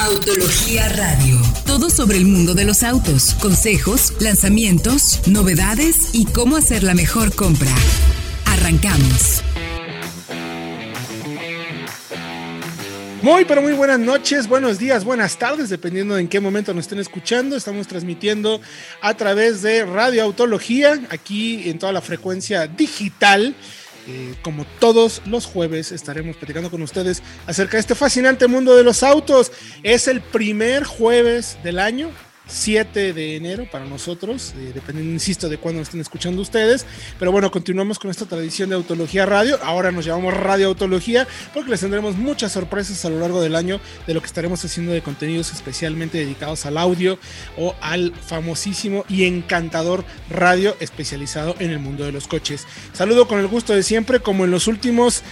Autología Radio. Todo sobre el mundo de los autos, consejos, lanzamientos, novedades y cómo hacer la mejor compra. Arrancamos. Muy, pero muy buenas noches, buenos días, buenas tardes, dependiendo de en qué momento nos estén escuchando. Estamos transmitiendo a través de Radio Autología, aquí en toda la frecuencia digital. Como todos los jueves estaremos platicando con ustedes acerca de este fascinante mundo de los autos. Es el primer jueves del año, 7 de enero para nosotros, dependiendo, insisto, de cuándo nos estén escuchando ustedes. Pero bueno, continuamos con esta tradición de Autología Radio. Ahora nos llamamos Radio Autología porque les tendremos muchas sorpresas a lo largo del año de lo que estaremos haciendo de contenidos especialmente dedicados al audio o al famosísimo y encantador radio especializado en el mundo de los coches. Saludo con el gusto de siempre, como en los últimos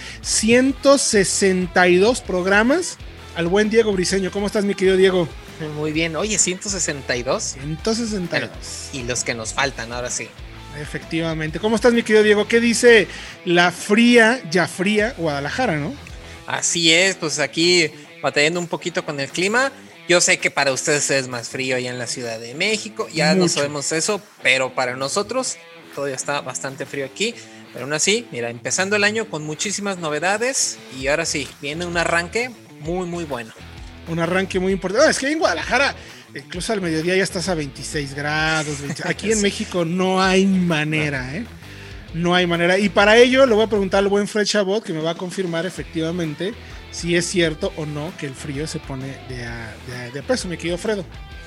162 programas, al buen Diego Briseño. ¿Cómo estás, mi querido Diego? Muy bien, oye, 162. 162. Bueno, y los que nos faltan, ahora sí. Efectivamente. ¿Cómo estás, mi querido Diego? ¿Qué dice la fría Guadalajara, no? Así es, pues aquí batallando un poquito con el clima. Yo sé que para ustedes es más frío allá en la Ciudad de México, ya no sabemos eso, pero para nosotros todavía está bastante frío aquí. Pero aún así, mira, empezando el año con muchísimas novedades y ahora sí, viene un arranque muy, muy bueno. Un arranque muy importante. No, es que en Guadalajara, incluso al mediodía ya estás a 26 grados. 20. Aquí en México no hay manera, ¿eh? No hay manera. Y para ello le voy a preguntar al buen Fred Chabot, que me va a confirmar efectivamente si es cierto o no que el frío se pone de peso, mi querido Fredo.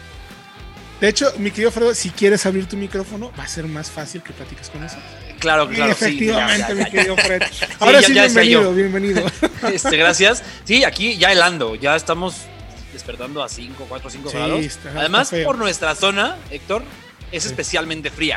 De hecho, mi querido Fredo, si quieres abrir tu micrófono, va a ser más fácil que platiques con eso. Claro, y efectivamente, sí, mi querido Fred. Ahora sí, bienvenido. Gracias. Sí, aquí ya helando, ya estamos despertando a 4 o 5 grados. Además, por nuestra zona, Héctor, es especialmente fría.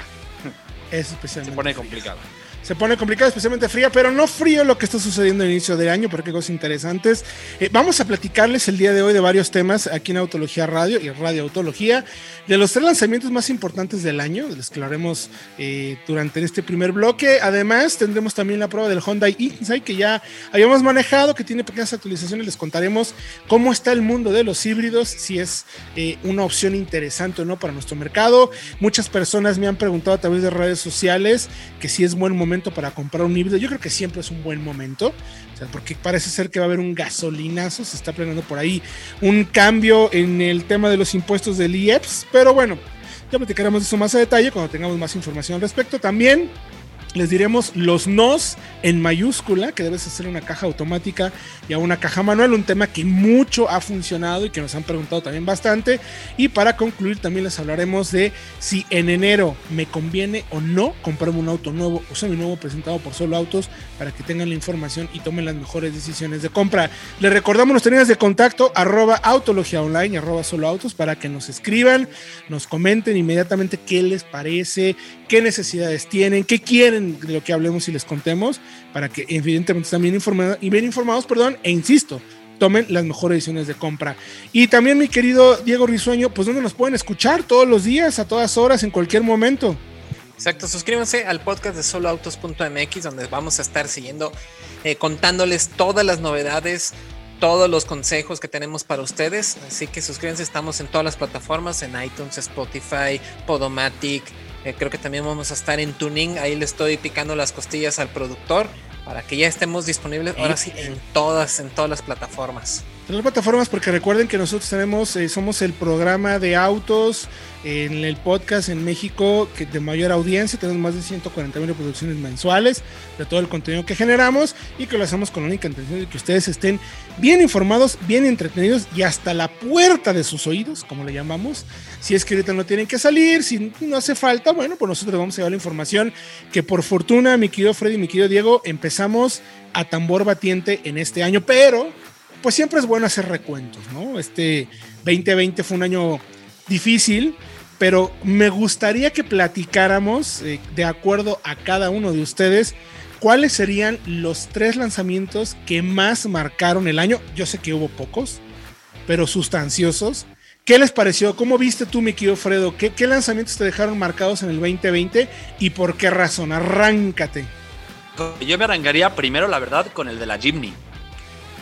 Es especialmente Se pone fría. complicado. Se pone complicado, especialmente fría, pero no frío lo que está sucediendo al inicio de año, porque hay cosas interesantes. Vamos a platicarles el día de hoy de varios temas aquí en Autología Radio y Radio Autología, de los 3 lanzamientos más importantes del año, de los que lo haremos durante este primer bloque. Además, tendremos también la prueba del Hyundai Insight, que ya habíamos manejado, que tiene pequeñas actualizaciones. Les contaremos cómo está el mundo de los híbridos, si es una opción interesante o no para nuestro mercado. Muchas personas me han preguntado a través de redes sociales que si es buen momento para comprar un híbrido. Yo creo que siempre es un buen momento, o sea, porque parece ser que va a haber un gasolinazo, se está planeando por ahí un cambio en el tema de los impuestos del IEPS, pero bueno, ya platicaremos de eso más a detalle cuando tengamos más información al respecto. También les diremos los nos en mayúscula, que debes hacer una caja automática y a una caja manual, un tema que mucho ha funcionado y que nos han preguntado también bastante. Y para concluir también les hablaremos de si en enero me conviene o no comprarme un auto nuevo o seminuevo presentado por Solo Autos, para que tengan la información y tomen las mejores decisiones de compra. Les recordamos nuestras líneas de contacto, @autologiaonline, @soloautos, para que nos escriban, nos comenten inmediatamente qué les parece, qué necesidades tienen, qué quieren de lo que hablemos y les contemos, para que evidentemente estén bien informados, e insisto, tomen las mejores decisiones de compra. Y también, mi querido Diego Risueño, pues ¿dónde nos pueden escuchar? Todos los días, a todas horas, en cualquier momento. Exacto, suscríbanse al podcast de soloautos.mx, donde vamos a estar siguiendo, contándoles todas las novedades, todos los consejos que tenemos para ustedes. Así que suscríbanse, estamos en todas las plataformas, en iTunes, Spotify, Podomatic. Creo que también vamos a estar en Tuning. Ahí le estoy picando las costillas al productor para que ya estemos disponibles ahora sí en todas las plataformas. En las plataformas, porque recuerden que nosotros somos el programa de autos en el podcast en México que de mayor audiencia. Tenemos más de 140,000 reproducciones mensuales de todo el contenido que generamos, y que lo hacemos con la única intención de que ustedes estén bien informados, bien entretenidos y hasta la puerta de sus oídos, como le llamamos. Si es que ahorita no tienen que salir, si no hace falta, bueno, pues nosotros vamos a llevar la información que por fortuna, mi querido Freddy y mi querido Diego, empezamos a tambor batiente en este año, pero pues siempre es bueno hacer recuentos, ¿no? Este 2020 fue un año difícil, pero me gustaría que platicáramos, de acuerdo a cada uno de ustedes, cuáles serían los 3 lanzamientos que más marcaron el año. Yo sé que hubo pocos, pero sustanciosos. ¿Qué les pareció? ¿Cómo viste tú, mi querido Fredo? ¿Qué lanzamientos te dejaron marcados en el 2020 y por qué razón? Arráncate. Yo me arrancaría primero, la verdad, con el de la Jimny.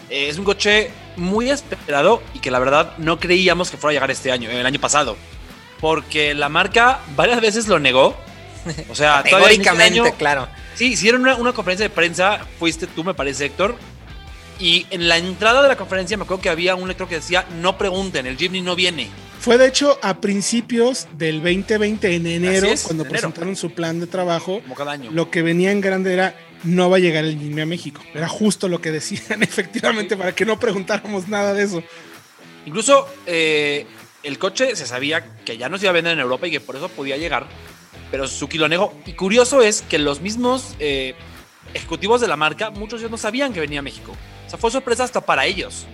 Es un coche muy esperado y que la verdad no creíamos que fuera a llegar este año, el año pasado. Porque la marca varias veces lo negó. O sea, categóricamente, claro. Sí, hicieron una conferencia de prensa, fuiste tú, me parece, Héctor. Y en la entrada de la conferencia me acuerdo que había un letrero que decía, no pregunten, el Jimny no viene. Fue de hecho a principios del 2020, en enero, cuando presentaron su plan de trabajo. Como cada año. Lo que venía en grande era, no va a llegar el Jimny a México. Era justo lo que decían, efectivamente, para que no preguntáramos nada de eso. Incluso el coche se sabía que ya no se iba a vender en Europa y que por eso podía llegar, pero Suzuki lo negó. Y curioso es que los mismos ejecutivos de la marca, muchos de ellos no sabían que venía a México. O sea, fue sorpresa hasta para ellos.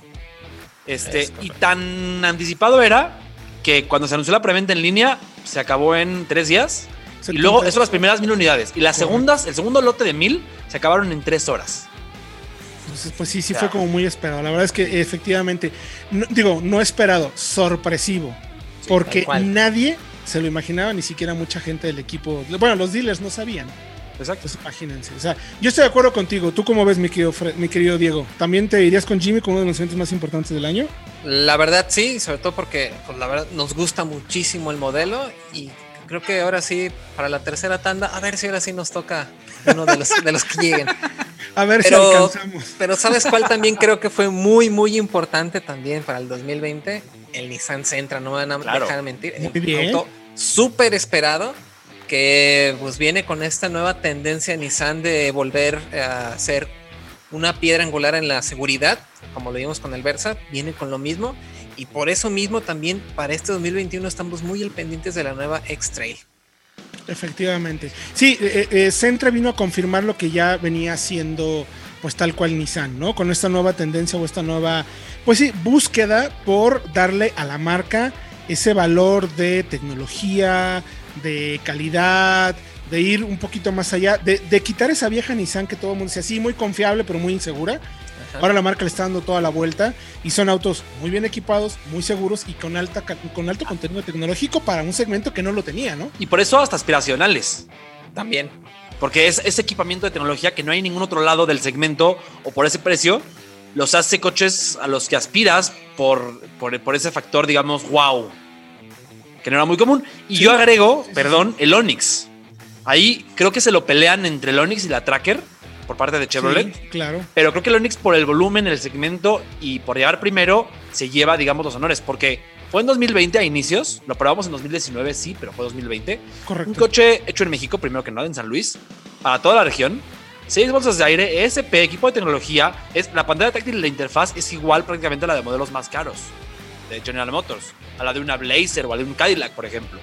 Y tan anticipado era que cuando se anunció la preventa en línea, se acabó en 3 días. Y luego, eso las primeras 1,000 unidades. Y las segundas, el segundo lote de 1,000, se acabaron en 3 horas. Entonces, pues sí fue como muy esperado. La verdad es que efectivamente, no esperado, sorpresivo. Sí, porque nadie se lo imaginaba, ni siquiera mucha gente del equipo. Bueno, los dealers no sabían. Exacto. Entonces, imagínense. O sea, yo estoy de acuerdo contigo. ¿Tú cómo ves, mi querido Diego? ¿También te irías con Jimmy como uno de los eventos más importantes del año? La verdad sí, sobre todo porque pues, la verdad nos gusta muchísimo el modelo y creo que ahora sí, para la tercera tanda, a ver si ahora sí nos toca uno de los que lleguen. A ver si alcanzamos. Pero ¿sabes cuál también creo que fue muy, muy importante también para el 2020? El Nissan Sentra, no me van a dejar mentir. Muy bien. Auto súper esperado, que pues viene con esta nueva tendencia Nissan de volver a ser una piedra angular en la seguridad, como lo vimos con el Versa, viene con lo mismo, y por eso mismo también para este 2021 estamos muy al pendientes de la nueva X-Trail. Efectivamente. Sí, Sentra vino a confirmar lo que ya venía haciendo pues tal cual Nissan, ¿no? Con esta nueva tendencia o esta nueva, pues sí, búsqueda por darle a la marca ese valor de tecnología, de calidad, de ir un poquito más allá, de quitar esa vieja Nissan que todo el mundo decía, sí, muy confiable, pero muy insegura. Ajá. Ahora la marca le está dando toda la vuelta y son autos muy bien equipados, muy seguros y con alto contenido tecnológico para un segmento que no lo tenía, ¿no? Y por eso hasta aspiracionales. También. Porque es ese equipamiento de tecnología que no hay en ningún otro lado del segmento o por ese precio, los hace coches a los que aspiras por ese factor, digamos, wow, que no era muy común. Y sí, yo agrego, el Onix. Ahí creo que se lo pelean entre el Onix y la Tracker por parte de Chevrolet. Sí, claro. Pero creo que el Onix, por el volumen, el segmento y por llegar primero, se lleva, digamos, los honores. Porque fue en 2020 a inicios, lo probamos en 2019, sí, pero fue 2020. Correcto. Un coche hecho en México, primero que nada, en San Luis, para toda la región. 6 bolsas de aire, ESP, equipo de tecnología. La pantalla táctil y la interfaz es igual prácticamente a la de modelos más caros de General Motors, a la de una Blazer o a la de un Cadillac, por ejemplo.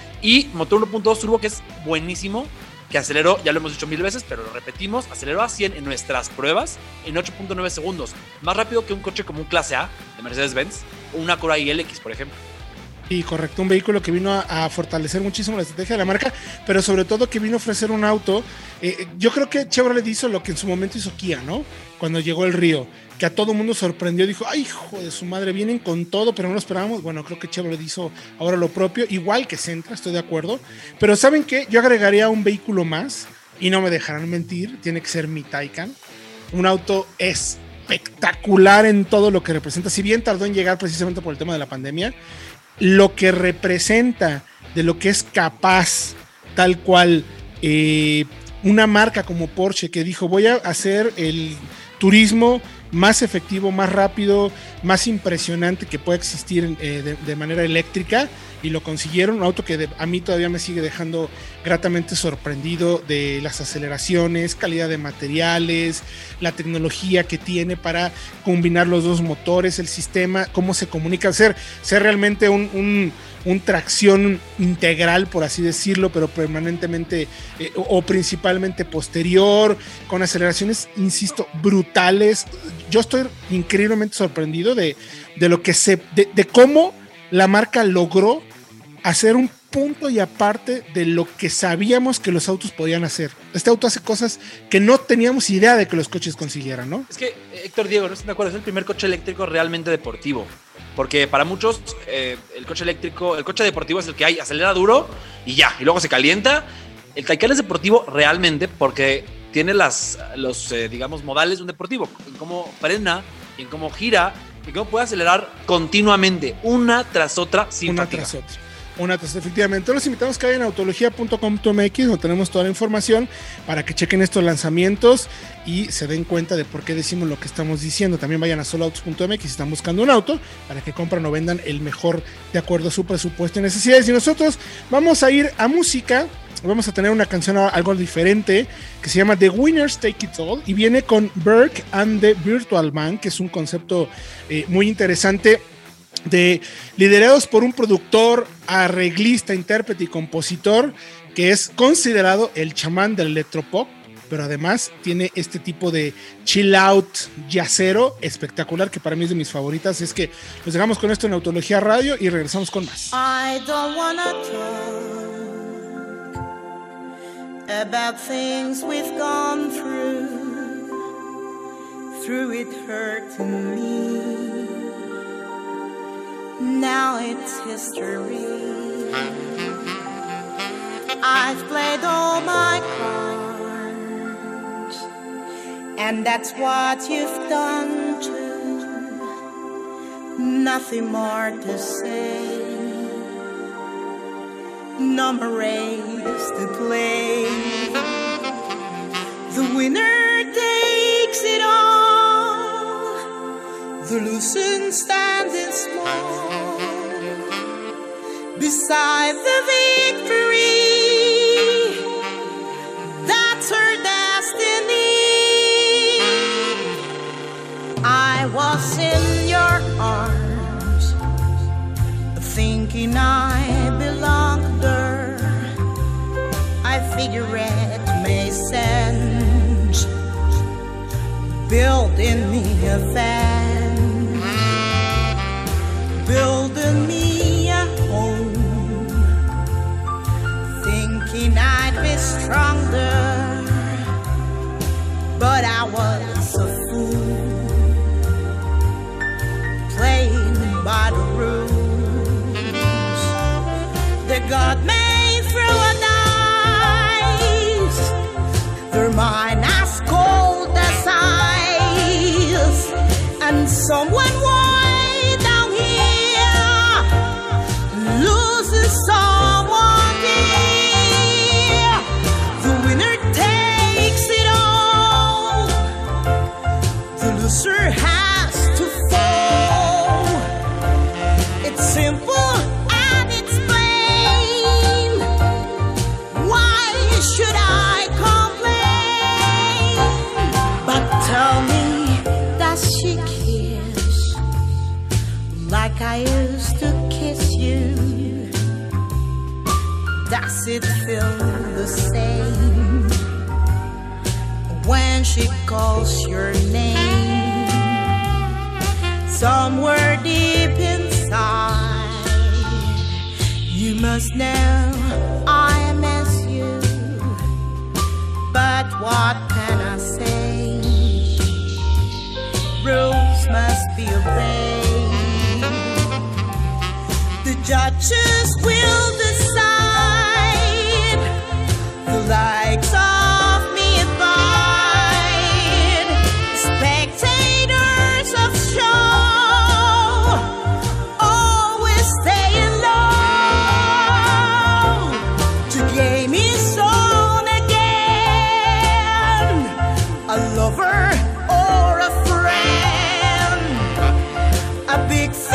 Y motor 1.2 turbo que es buenísimo, que aceleró, ya lo hemos dicho 1000 veces, pero lo repetimos, aceleró a 100 en nuestras pruebas en 8.9 segundos, más rápido que un coche como un Clase A de Mercedes-Benz o una Acura ILX, por ejemplo. Sí, correcto, un vehículo que vino a fortalecer muchísimo la estrategia de la marca, pero sobre todo que vino a ofrecer un auto. Yo creo que Chevrolet hizo lo que en su momento hizo Kia, ¿no? Cuando llegó el Río, que a todo mundo sorprendió, dijo, ay, hijo de su madre, vienen con todo, pero no lo esperábamos. Bueno, creo que Chevrolet hizo ahora lo propio, igual que Sentra, estoy de acuerdo, pero ¿saben qué? Yo agregaría un vehículo más, y no me dejarán mentir, tiene que ser mi Taycan, un auto espectacular en todo lo que representa, si bien tardó en llegar precisamente por el tema de la pandemia, lo que representa, de lo que es capaz, tal cual, una marca como Porsche que dijo, voy a hacer el turismo más efectivo, más rápido, más impresionante que pueda existir de manera eléctrica, y lo consiguieron. Un auto que a mí todavía me sigue dejando gratamente sorprendido de las aceleraciones, calidad de materiales, la tecnología que tiene para combinar los dos motores, el sistema, cómo se comunica, ser realmente un tracción integral, por así decirlo, pero permanentemente o principalmente posterior, con aceleraciones, insisto, brutales. Yo estoy increíblemente sorprendido de lo que de cómo la marca logró hacer un punto y aparte de lo que sabíamos que los autos podían hacer. Este auto hace cosas que no teníamos idea de que los coches consiguieran, ¿no? Es que, Héctor, Diego, no estoy de acuerdo, es el primer coche eléctrico realmente deportivo. Porque para muchos el coche deportivo es el que acelera duro y ya, y luego se calienta. El Taycan es deportivo realmente porque tiene los digamos, modales de un deportivo, en cómo frena, en cómo gira, y cómo puede acelerar continuamente, una tras otra, sin fatiga. Efectivamente. Los invitamos que vayan a autología.com.mx, donde tenemos toda la información para que chequen estos lanzamientos y se den cuenta de por qué decimos lo que estamos diciendo. También vayan a soloautos.mx si están buscando un auto, para que compren o vendan el mejor de acuerdo a su presupuesto y necesidades. Y nosotros vamos a ir a música. Vamos a tener una canción algo diferente que se llama The Winners Take It All y viene con Berk and the Virtual Band, que es un concepto muy interesante, liderados por un productor, arreglista, intérprete y compositor que es considerado el chamán del electropop, pero además tiene este tipo de chill out jazzero espectacular que para mí es de mis favoritas. Es que los dejamos con esto en Autología Radio y regresamos con más. I don't wanna talk about things we've gone through it hurting me. Now it's history. I've played all my cards, and that's what you've done too. Nothing more to say. No more race to play. The winner takes it all. The loser standing small beside the victory. That's her destiny. I was in your arms, thinking I belonged there. I figure it made sense, building me a fan, building me a home, thinking I'd be stronger, but I was a fool, playing by the rules. They got me through a dice, their mind as cold as ice, and someone way down here loses someone dear. The winner takes it all, the loser has to fall. It's simple. Like I used to kiss you, does it feel the same when she calls your name? Somewhere deep inside, you must know I miss you, but what can I say? Rules must be obeyed. The judges will decide, the likes of me abide, spectators of show always staying low. The game is on again, a lover or a friend, a big thing.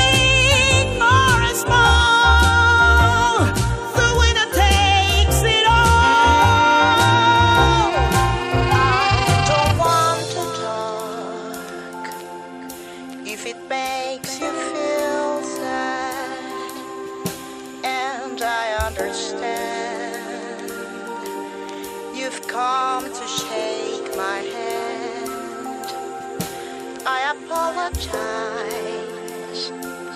Come to shake my hand, I apologize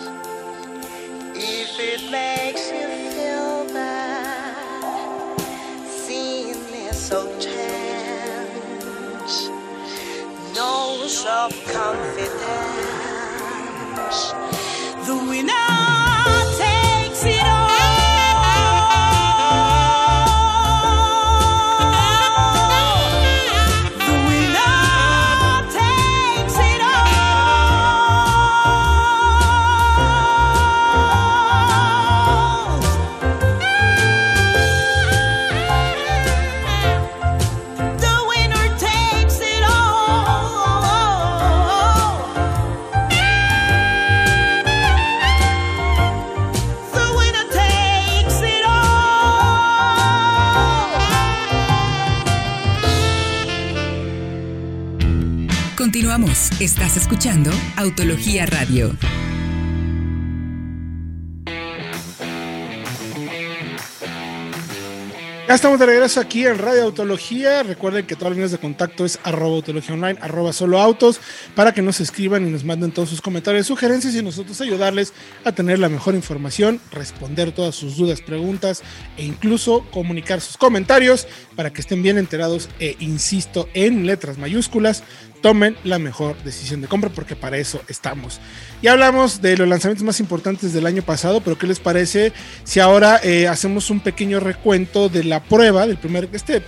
if it makes you feel bad, seeing me so tense, no self-confidence. The winner takes it all. Continuamos. Estás escuchando Autología Radio. Ya estamos de regreso aquí en Radio Autología. Recuerden que todas las líneas de contacto es @autologiaonline, @soloautos, para que nos escriban y nos manden todos sus comentarios, sugerencias y nosotros ayudarles a tener la mejor información, responder todas sus dudas, preguntas e incluso comunicar sus comentarios para que estén bien enterados e insisto en letras mayúsculas, tomen la mejor decisión de compra porque para eso estamos. Ya hablamos de los lanzamientos más importantes del año pasado, pero ¿qué les parece si ahora hacemos un pequeño recuento de la prueba del primer,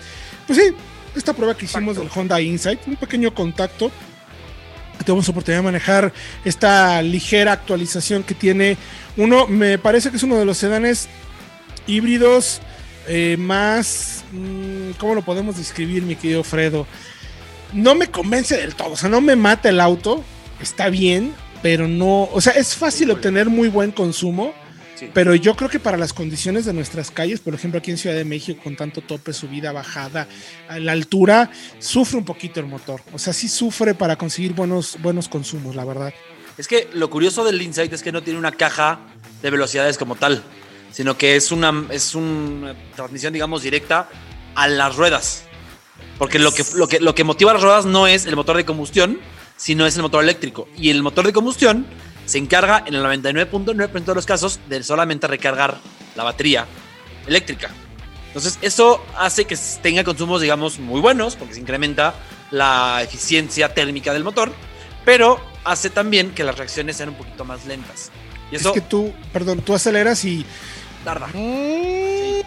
esta prueba que hicimos del Honda Insight, un pequeño contacto? Tuvimos oportunidad de manejar esta ligera actualización que tiene uno, me parece que es uno de los sedanes híbridos más, ¿cómo lo podemos describir, mi querido Fredo? No me convence del todo, o sea, no me mata el auto, está bien, pero no, o sea, es fácil obtener muy buen consumo, sí, pero yo creo que para las condiciones de nuestras calles, por ejemplo, aquí en Ciudad de México, con tanto tope, subida, bajada, a la altura, sufre un poquito el motor, o sea, sí sufre para conseguir buenos consumos, la verdad. Es que lo curioso del Insight es que no tiene una caja de velocidades como tal, sino que es una transmisión, digamos, directa a las ruedas. Porque lo que motiva las ruedas no es el motor de combustión, sino es el motor eléctrico. Y el motor de combustión se encarga en el 99.9% de los casos de solamente recargar la batería eléctrica. Entonces eso hace que tenga consumos, digamos, muy buenos, porque se incrementa la eficiencia térmica del motor, pero hace también que las reacciones sean un poquito más lentas. Y eso, es que tú aceleras y... tarda. Sí.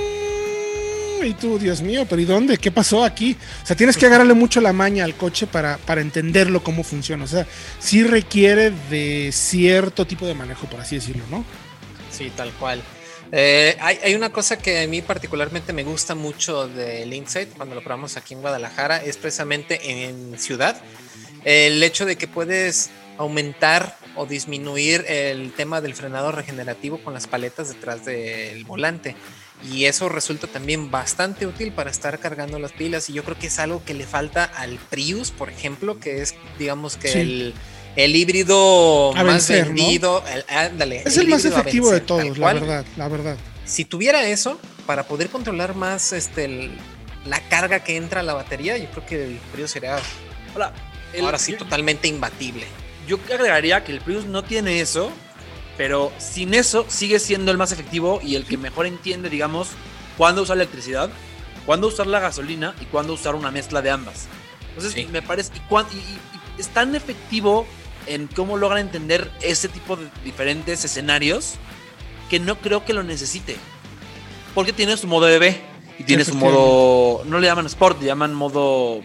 Y tú, Dios mío, pero ¿y dónde? ¿Qué pasó aquí? O sea, tienes que agarrarle mucho la maña al coche para entenderlo cómo funciona. O sea, sí requiere de cierto tipo de manejo, por así decirlo, ¿no? Sí, tal cual. Hay una cosa que a mí particularmente me gusta mucho del Insight cuando lo probamos aquí en Guadalajara, es precisamente en ciudad. El hecho de que puedes aumentar o disminuir el tema del frenado regenerativo con las paletas detrás del volante. Y eso resulta también bastante útil para estar cargando las pilas. Y yo creo que es algo que le falta al Prius, por ejemplo, que es, digamos que sí, el híbrido a más vencer, vendido. ¿No? Ándale. Es el más efectivo de todos, la verdad. Si tuviera eso, para poder controlar más la carga que entra a la batería, yo creo que el Prius sería ahora sí totalmente imbatible. Yo agregaría que el Prius no tiene eso, pero sin eso sigue siendo el más efectivo y el que mejor entiende, digamos, cuándo usar electricidad, cuándo usar la gasolina y cuándo usar una mezcla de ambas. Entonces, sí, me parece, y es tan efectivo en cómo logra entender ese tipo de diferentes escenarios que no creo que lo necesite. Porque tiene su modo EV y tiene su modo, no le llaman Sport, le llaman modo...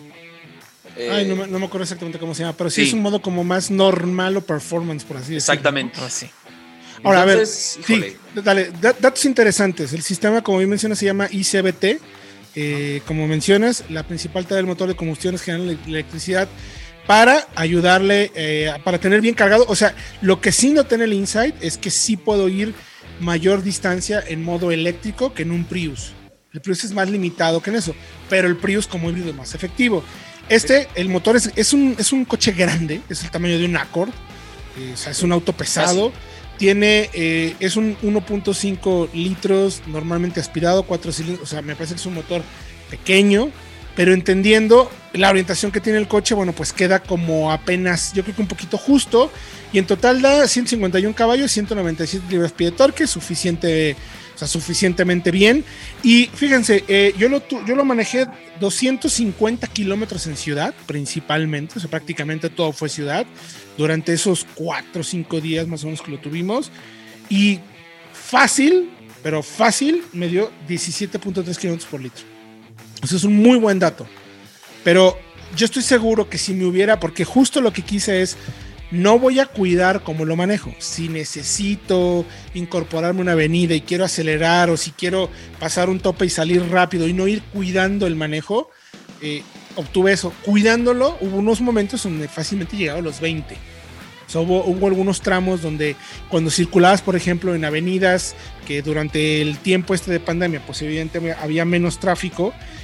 no me acuerdo exactamente cómo se llama, pero sí es un modo como más normal o performance, por así decirlo. Exactamente. ¿No? Sí. Ahora, entonces, a ver, sí, dale, datos interesantes. El sistema, como bien mencionas, se llama ICBT. Como mencionas, la principal tarea del motor de combustión es generar electricidad para ayudarle, para tener bien cargado. O sea, lo que sí no tiene el Insight es que sí puedo ir mayor distancia en modo eléctrico que en un Prius. El Prius es más limitado que en eso, pero el Prius como híbrido es más efectivo. El motor es un coche grande, es el tamaño de un Accord, o sea, es un auto pesado, es un 1.5 litros normalmente aspirado, 4 cilindros, o sea, me parece que es un motor pequeño, pero entendiendo la orientación que tiene el coche, bueno, pues queda como apenas, yo creo que un poquito justo, y en total da 151 caballos, 197 libras-pie de torque, suficientemente bien. Y fíjense, yo lo manejé 250 kilómetros en ciudad, principalmente, o sea, prácticamente todo fue ciudad, durante esos 4 o 5 días más o menos que lo tuvimos, y fácil, me dio 17.3 kilómetros por litro. O sea, es un muy buen dato, pero yo estoy seguro que si me hubiera, porque justo lo que quise es, no voy a cuidar cómo lo manejo. Si necesito incorporarme a una avenida y quiero acelerar, o si quiero pasar un tope y salir rápido y no ir cuidando el manejo, obtuve eso. Cuidándolo, hubo unos momentos donde fácilmente llegaba a los 20. O sea, hubo algunos tramos donde cuando circulabas, por ejemplo, en avenidas que durante el tiempo de pandemia, pues evidentemente había menos tráfico,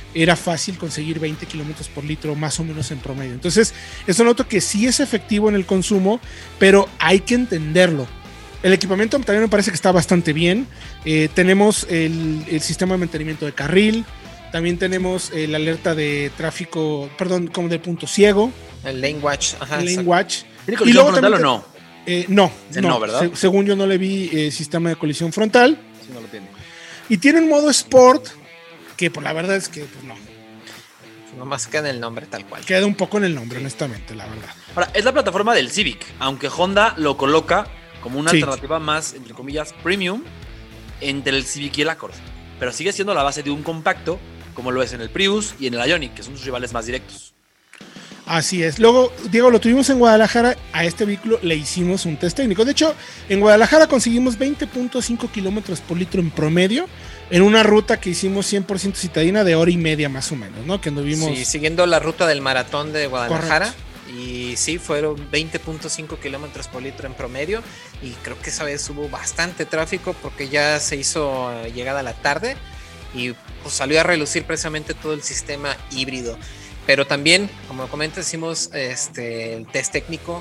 era fácil conseguir 20 kilómetros por litro más o menos en promedio. Entonces es un auto que sí es efectivo en el consumo, pero hay que entenderlo. El equipamiento también me parece que está bastante bien. Tenemos el sistema de mantenimiento de carril, también tenemos la alerta de tráfico, perdón, como de punto ciego. El Lane Watch. Ajá, El Lane Watch. ¿Tiene colisión frontal o no? No, ¿verdad? Según yo no le vi sistema de colisión frontal. Sí, no lo tiene. Y tiene un modo Sport, que pues la verdad es que pues, no. Nomás queda en el nombre tal cual. Queda un poco en el nombre, honestamente, la verdad. Ahora, es la plataforma del Civic, aunque Honda lo coloca como una Sí. alternativa más, entre comillas, premium entre el Civic y el Accord. Pero sigue siendo la base de un compacto, como lo es en el Prius y en el Ioniq, que son sus rivales más directos. Así es. Luego, Diego, lo tuvimos en Guadalajara. A este vehículo le hicimos un test técnico. De hecho, en Guadalajara conseguimos 20.5 kilómetros por litro en promedio en una ruta que hicimos 100% citadina de hora y media más o menos, ¿no? Que anduvimos... Sí, siguiendo la ruta del maratón de Guadalajara. Correcto. Y sí, fueron 20.5 kilómetros por litro en promedio. Y creo que esa vez hubo bastante tráfico porque ya se hizo llegada la tarde. Y pues salió a relucir precisamente todo el sistema híbrido. Pero también, como comentas, hicimos el test técnico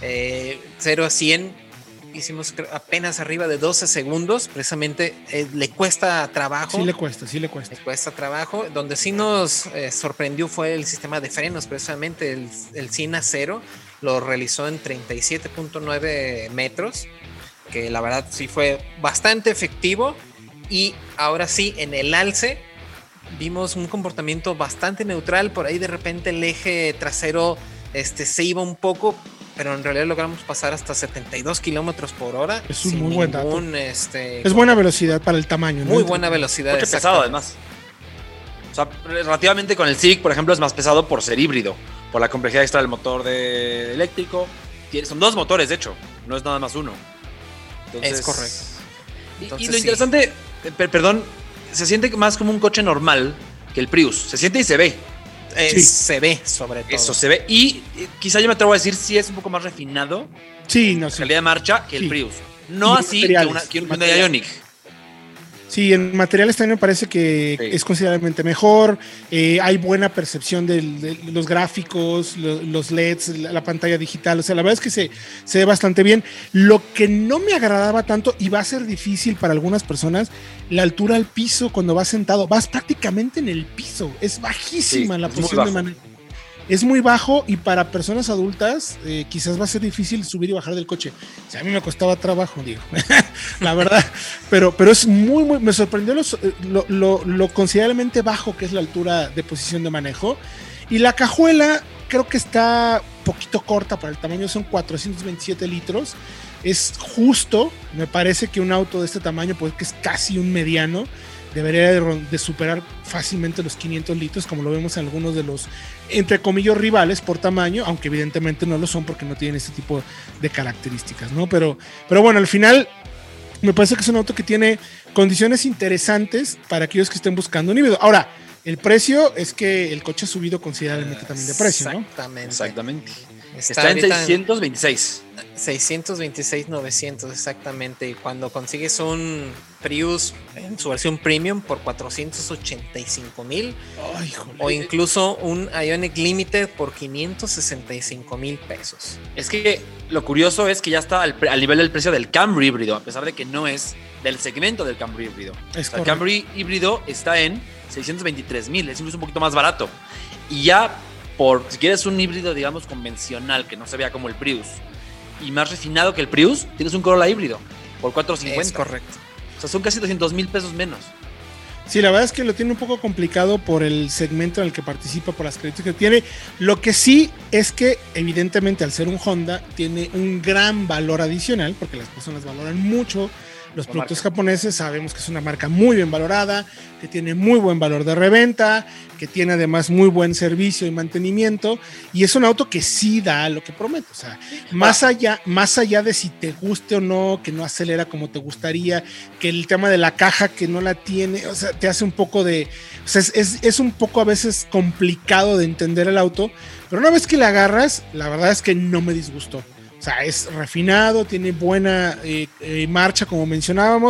0 a 100. Hicimos apenas arriba de 12 segundos. Precisamente le cuesta trabajo. Sí le cuesta. Le cuesta trabajo. Donde sí nos sorprendió fue el sistema de frenos. Precisamente el Sina 0 lo realizó en 37.9 metros. Que la verdad sí fue bastante efectivo. Y ahora sí, en el alce vimos un comportamiento bastante neutral. Por ahí de repente el eje trasero se iba un poco, pero en realidad logramos pasar hasta 72 kilómetros por hora. Es un muy buen dato. Es buena velocidad para el tamaño, ¿no? Muy buena velocidad. Coche pesado, además. O sea, relativamente con el Civic, por ejemplo, es más pesado por ser híbrido, por la complejidad extra del motor de eléctrico. Son dos motores, de hecho, no es nada más uno. Entonces, es correcto. Y lo interesante, perdón, se siente más como un coche normal que el Prius. Se siente y se ve. Sí. Se ve, sobre todo. Eso se ve. Y quizá yo me atrevo a decir si es un poco más refinado. Sí, no en sé. calidad de marcha que el Sí. Prius. No Y así materiales, que un Hyundai Ioniq. Sí, en materiales también me parece que Sí. es considerablemente mejor. Hay buena percepción de los gráficos, los LEDs, la pantalla digital. O sea, la verdad es que se ve bastante bien. Lo que no me agradaba tanto, y va a ser difícil para algunas personas, la altura al piso cuando vas sentado. Vas prácticamente en el piso. Es bajísima Sí, la es muy posición de bajo. manejo. Es muy bajo y para personas adultas quizás va a ser difícil subir y bajar del coche. O sea, a mí me costaba trabajo, digo, la verdad. Pero es muy, me sorprendió lo considerablemente bajo que es la altura de posición de manejo. Y la cajuela creo que está poquito corta para el tamaño, son 427 litros. Es justo, me parece que un auto de este tamaño, pues que es casi un mediano, debería de superar fácilmente los 500 litros, como lo vemos en algunos de los, entre comillas, rivales por tamaño, aunque evidentemente no lo son porque no tienen este tipo de características, ¿no? Pero bueno, al final me parece que es un auto que tiene condiciones interesantes para aquellos que estén buscando un híbrido. Ahora, el precio es que el coche ha subido considerablemente también de precio, ¿no? Exactamente. Está Está en ahorita 626. 626,900 exactamente. Y cuando consigues un Prius en su versión premium por 485,000 Ay, joder. o incluso un Ioniq Limited por 565,000 pesos. Es que lo curioso es que ya está al nivel del precio del Camry híbrido, a pesar de que no es del segmento del Camry híbrido. Es El Camry híbrido está en 623,000, es incluso un poquito más barato. Y ya si quieres un híbrido, digamos, convencional, que no se vea como el Prius, y más refinado que el Prius, tienes un Corolla híbrido por 450. Es correcto. O sea, son casi 200,000 pesos menos. Sí, la verdad es que lo tiene un poco complicado por el segmento en el que participa, por las características que tiene. Lo que sí es que, evidentemente, al ser un Honda, tiene un gran valor adicional, porque las personas valoran mucho los productos japoneses. Sabemos que es una marca muy bien valorada, que tiene muy buen valor de reventa, que tiene además muy buen servicio y mantenimiento, y es un auto que sí da lo que promete. O sea, más allá de si te guste o no, que no acelera como te gustaría, que el tema de la caja que no la tiene, o sea, te hace un poco de... O sea, es un poco a veces complicado de entender el auto, pero una vez que la agarras, la verdad es que no me disgustó. O sea, es refinado, tiene buena marcha, como mencionábamos.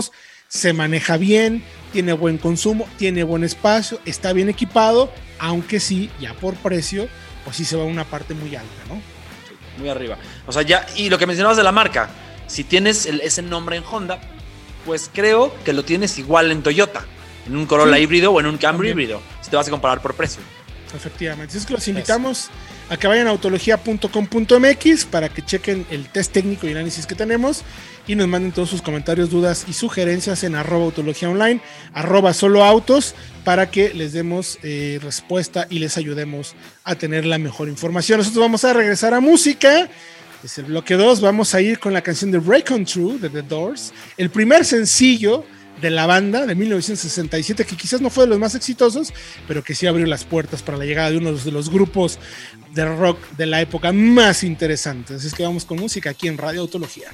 se maneja bien, tiene buen consumo, tiene buen espacio, está bien equipado, aunque sí, ya por precio, pues sí se va a una parte muy alta, ¿no? Muy arriba. O sea, ya, y lo que mencionabas de la marca, si tienes ese nombre en Honda, pues creo que lo tienes igual en Toyota, en un Corolla híbrido o en un Camry híbrido, si te vas a comparar por precio. Efectivamente. Es que los invitamos a que vayan a autologia.com.mx para que chequen el test técnico y análisis que tenemos y nos manden todos sus comentarios, dudas y sugerencias en @autologiaonline, @soloautos, para que les demos respuesta y les ayudemos a tener la mejor información. Nosotros vamos a regresar a música. Es el bloque 2. Vamos a ir con la canción de Break On Through de The Doors, el primer sencillo de la banda de 1967, que quizás no fue de los más exitosos, pero que sí abrió las puertas para la llegada de uno de los grupos de rock de la época más interesantes. Así es que vamos con música aquí en Radio Autología.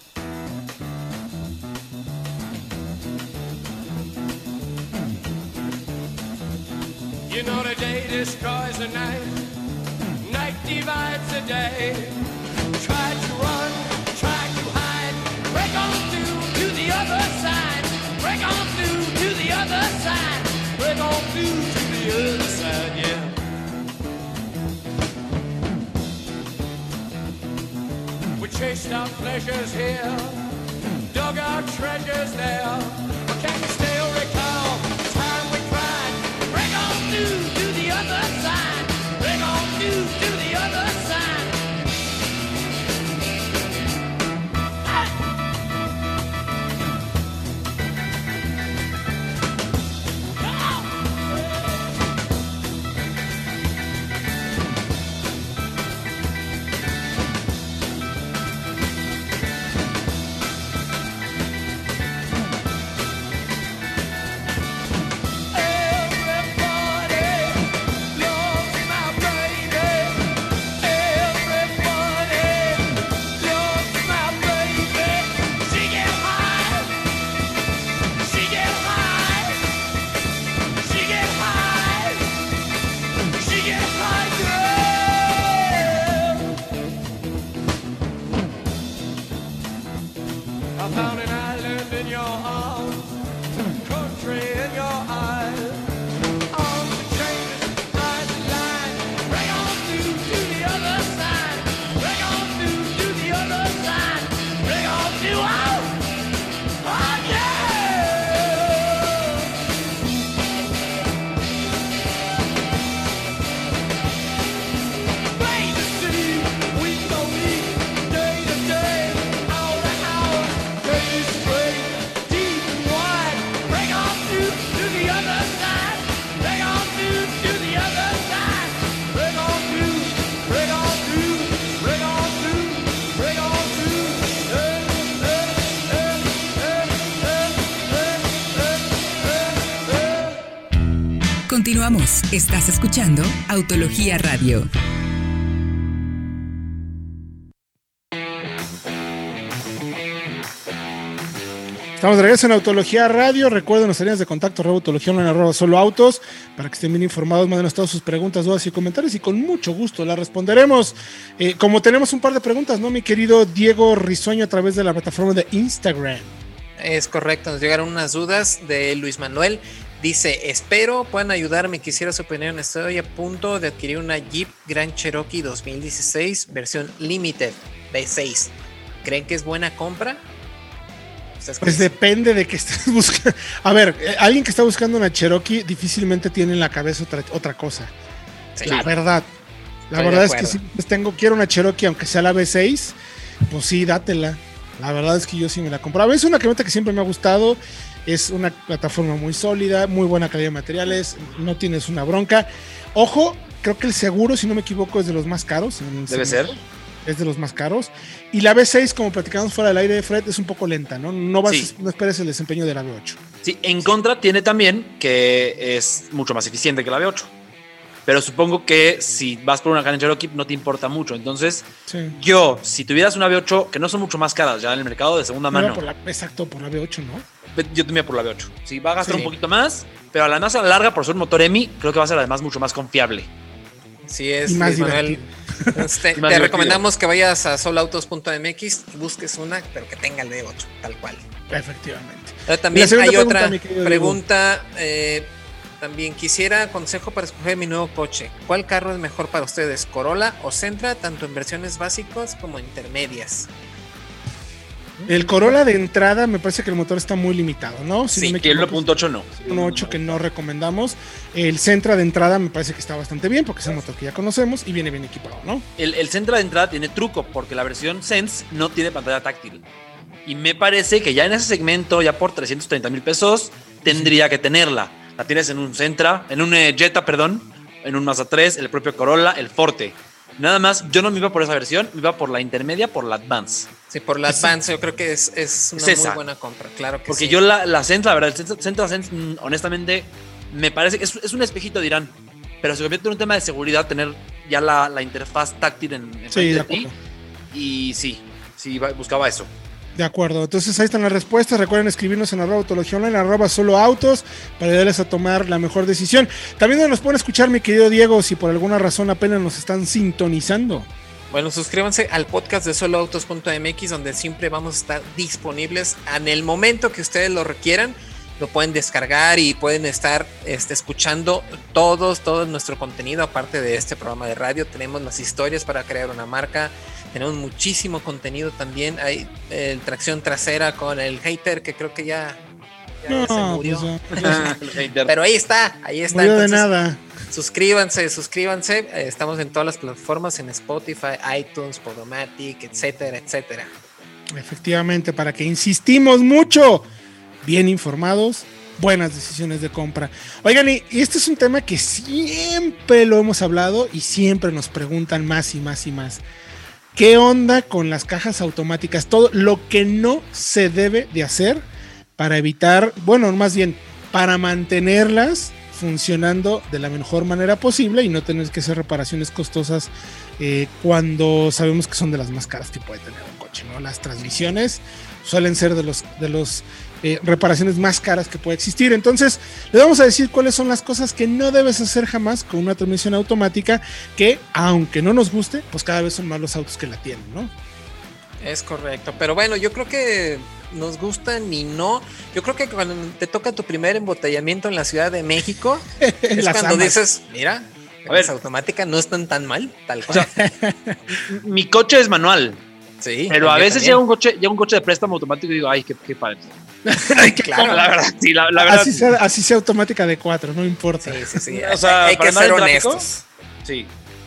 You know the day destroys the night, night divides the day. Try to run, try to hide, break on through to the other side, break on through to the other side, break on through to the other side, yeah. We chased our pleasures here, dug our treasures there, but can you still recall the time we cried? Break on through to the other side, break on through to the other side. Continuamos. Estás escuchando Autología Radio. Estamos de regreso en Autología Radio. Recuerden nuestras líneas de contacto, @autología_soloautos, para que estén bien informados. Mándenos todas sus preguntas, dudas y comentarios y con mucho gusto las responderemos. Como tenemos un par de preguntas, ¿no, mi querido Diego Risueño, a través de la plataforma de Instagram? Es correcto, nos llegaron unas dudas de Luis Manuel. Dice, espero puedan ayudarme, quisiera su opinión. Estoy a punto de adquirir una Jeep Grand Cherokee 2016 versión Limited V6. ¿Creen que es buena compra? Pues depende de que estés buscando. A ver, alguien que está buscando una Cherokee difícilmente tiene en la cabeza otra cosa. Sí. La verdad es que si quiero una Cherokee, aunque sea la V6, pues sí, dátela. La verdad es que yo sí me la compraba. Es una camioneta que siempre me ha gustado. Es una plataforma muy sólida, muy buena calidad de materiales, no tienes una bronca. Ojo, creo que el seguro, si no me equivoco, es de los más caros. Debe ser. Es de los más caros. Y la V6, como platicamos fuera del aire de Fred, es un poco lenta, ¿no? No esperes el desempeño de la V8. Sí, en contra tiene también que es mucho más eficiente que la V8. Pero supongo que si vas por una Grand Cherokee no te importa mucho. Entonces, yo, si tuvieras una V8, que no son mucho más caras ya en el mercado de segunda mano. Exacto, por la V8, ¿no? Yo te iría por la V8. Sí, va a gastar un poquito más, pero además a la larga, por ser un motor EMI, creo que va a ser además mucho más confiable. Sí, es y más Manuel. Entonces, te divertido. recomendamos que vayas a solautos.mx y busques una, pero que tenga el V8, tal cual. Efectivamente. Pero también La segunda hay pregunta, otra mi querido pregunta. También quisiera consejo para escoger mi nuevo coche. ¿Cuál carro es mejor para ustedes? ¿Corolla o Sentra? Tanto en versiones básicas como intermedias. El Corolla de entrada me parece que el motor está muy limitado, ¿no? Si Sí, no me Que el equivoco, 1.8 no. 1.8 que no recomendamos. El Sentra de entrada me parece que está bastante bien porque es un motor que ya conocemos y viene bien equipado, ¿no? El Sentra de entrada tiene truco porque la versión Sense no tiene pantalla táctil. Y me parece que ya en ese segmento, ya por 330 mil pesos, tendría que tenerla. La tienes en un Sentra, en un Jetta, perdón, en un Mazda 3, el propio Corolla, el Forte. Nada más, yo no me iba por esa versión, me iba por la intermedia, por la Advance. Sí, por la Sí. Advance yo creo que es una Es muy esa. buena compra, claro que Porque sí. yo la Sentra, la verdad, el Sentra Sense, honestamente, me parece que es un espejito, dirán. Pero se convierte en un tema de seguridad tener ya la interfaz táctil en Sí, frente de de ti. acuerdo. Y sí, buscaba eso. De acuerdo, entonces ahí están las respuestas. Recuerden escribirnos en @autología online, @soloautos para ayudarles a tomar la mejor decisión. También nos pueden escuchar, mi querido Diego, si por alguna razón apenas nos están sintonizando. Bueno, suscríbanse al podcast de soloautos.mx, donde siempre vamos a estar disponibles en el momento que ustedes lo requieran. Lo pueden descargar y pueden estar escuchando todo nuestro contenido. Aparte de este programa de radio, tenemos las historias para crear una marca. Tenemos muchísimo contenido también. Hay tracción trasera con el hater, que creo que ya No, se murió. pues ya, El hater. Pero ahí está. murió de Entonces, nada. suscríbanse. Estamos en todas las plataformas, en Spotify, iTunes, Podomatic, etcétera. Efectivamente, para que insistimos mucho, bien informados, buenas decisiones de compra. Oigan, y este es un tema que siempre lo hemos hablado y siempre nos preguntan más y más y más. ¿Qué onda con las cajas automáticas? Todo lo que no se debe de hacer para evitar, bueno, más bien, para mantenerlas funcionando de la mejor manera posible y no tener que hacer reparaciones costosas cuando sabemos que son de las más caras que puede tener un coche, ¿no? Las transmisiones suelen ser de los reparaciones más caras que puede existir. Entonces, les vamos a decir cuáles son las cosas que no debes hacer jamás con una transmisión automática, que aunque no nos guste, pues cada vez son más los autos que la tienen, ¿no? Es correcto, pero bueno, yo creo que nos gustan y no. Yo creo que cuando te toca tu primer embotellamiento en la Ciudad de México, es Las cuando amas. dices, mira, A ver. las automáticas no están tan mal, tal cual. O sea, mi coche es manual, Sí, pero a yo veces también. llega un coche de préstamo automático y digo, ay, qué padre. Claro. La verdad, sí, la verdad. Así sea automática de 4, no importa. Sí. O sea, hay para que andar ser en tráfico, honestos. Sí.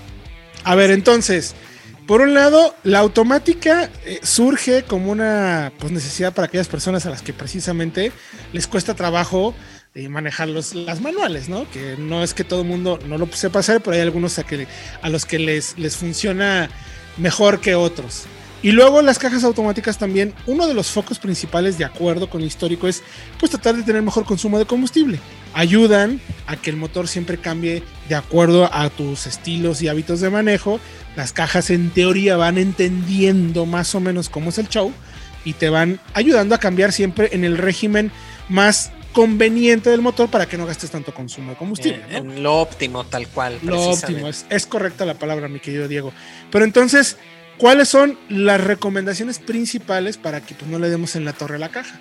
A ver, entonces, por un lado, la automática surge como una necesidad para aquellas personas a las que precisamente les cuesta trabajo manejar las manuales, ¿no? Que no es que todo el mundo no lo sepa hacer, pero hay algunos a los que les funciona mejor que otros. Y luego las cajas automáticas también, uno de los focos principales, de acuerdo con el histórico, es pues tratar de tener mejor consumo de combustible. Ayudan a que el motor siempre cambie de acuerdo a tus estilos y hábitos de manejo. Las cajas en teoría van entendiendo más o menos cómo es el show y te van ayudando a cambiar siempre en el régimen más conveniente del motor para que no gastes tanto consumo de combustible, ¿no? En lo óptimo, tal cual. Lo precisamente. óptimo, es correcta la palabra, mi querido Diego. Pero entonces, ¿cuáles son las recomendaciones principales para que pues, no le demos en la torre a la caja?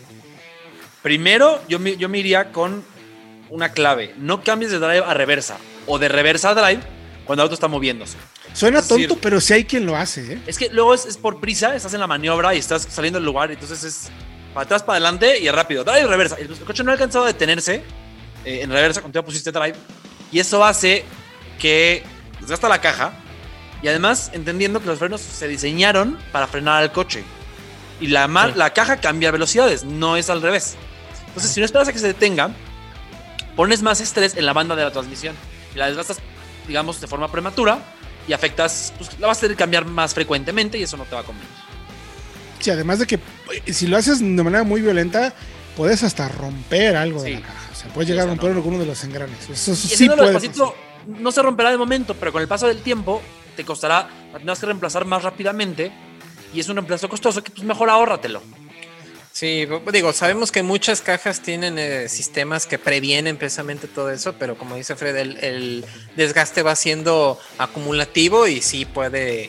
Primero, yo me iría con una clave. No cambies de drive a reversa o de reversa a drive cuando el auto está moviéndose. Suena Es decir, tonto, pero sí hay quien lo hace, ¿eh? Es que luego es por prisa, estás en la maniobra y estás saliendo del lugar, entonces es para atrás, para adelante y rápido. Drive, reversa. El coche no ha alcanzado a detenerse en reversa cuando ya pusiste drive y eso hace que desgasta la caja y además entendiendo que los frenos se diseñaron para frenar al coche y la caja cambia velocidades, no es al revés. Entonces, si no esperas a que se detenga, pones más estrés en la banda de la transmisión y la desgastas, digamos, de forma prematura y afectas, pues la vas a tener que cambiar más frecuentemente y eso no te va a convenir. Sí, además de que si lo haces de manera muy violenta, puedes hasta romper algo de Sí. la caja. O sea, puedes llegar a romper alguno de los engranes. Eso Y sí haciéndolo puede despacito, pasar. no se romperá de momento, pero con el paso del tiempo te costará, la tendrás que reemplazar más rápidamente y es un reemplazo costoso que pues mejor ahórratelo. Sí, digo, sabemos que muchas cajas tienen sistemas que previenen precisamente todo eso, pero como dice Fred, el desgaste va siendo acumulativo y sí puede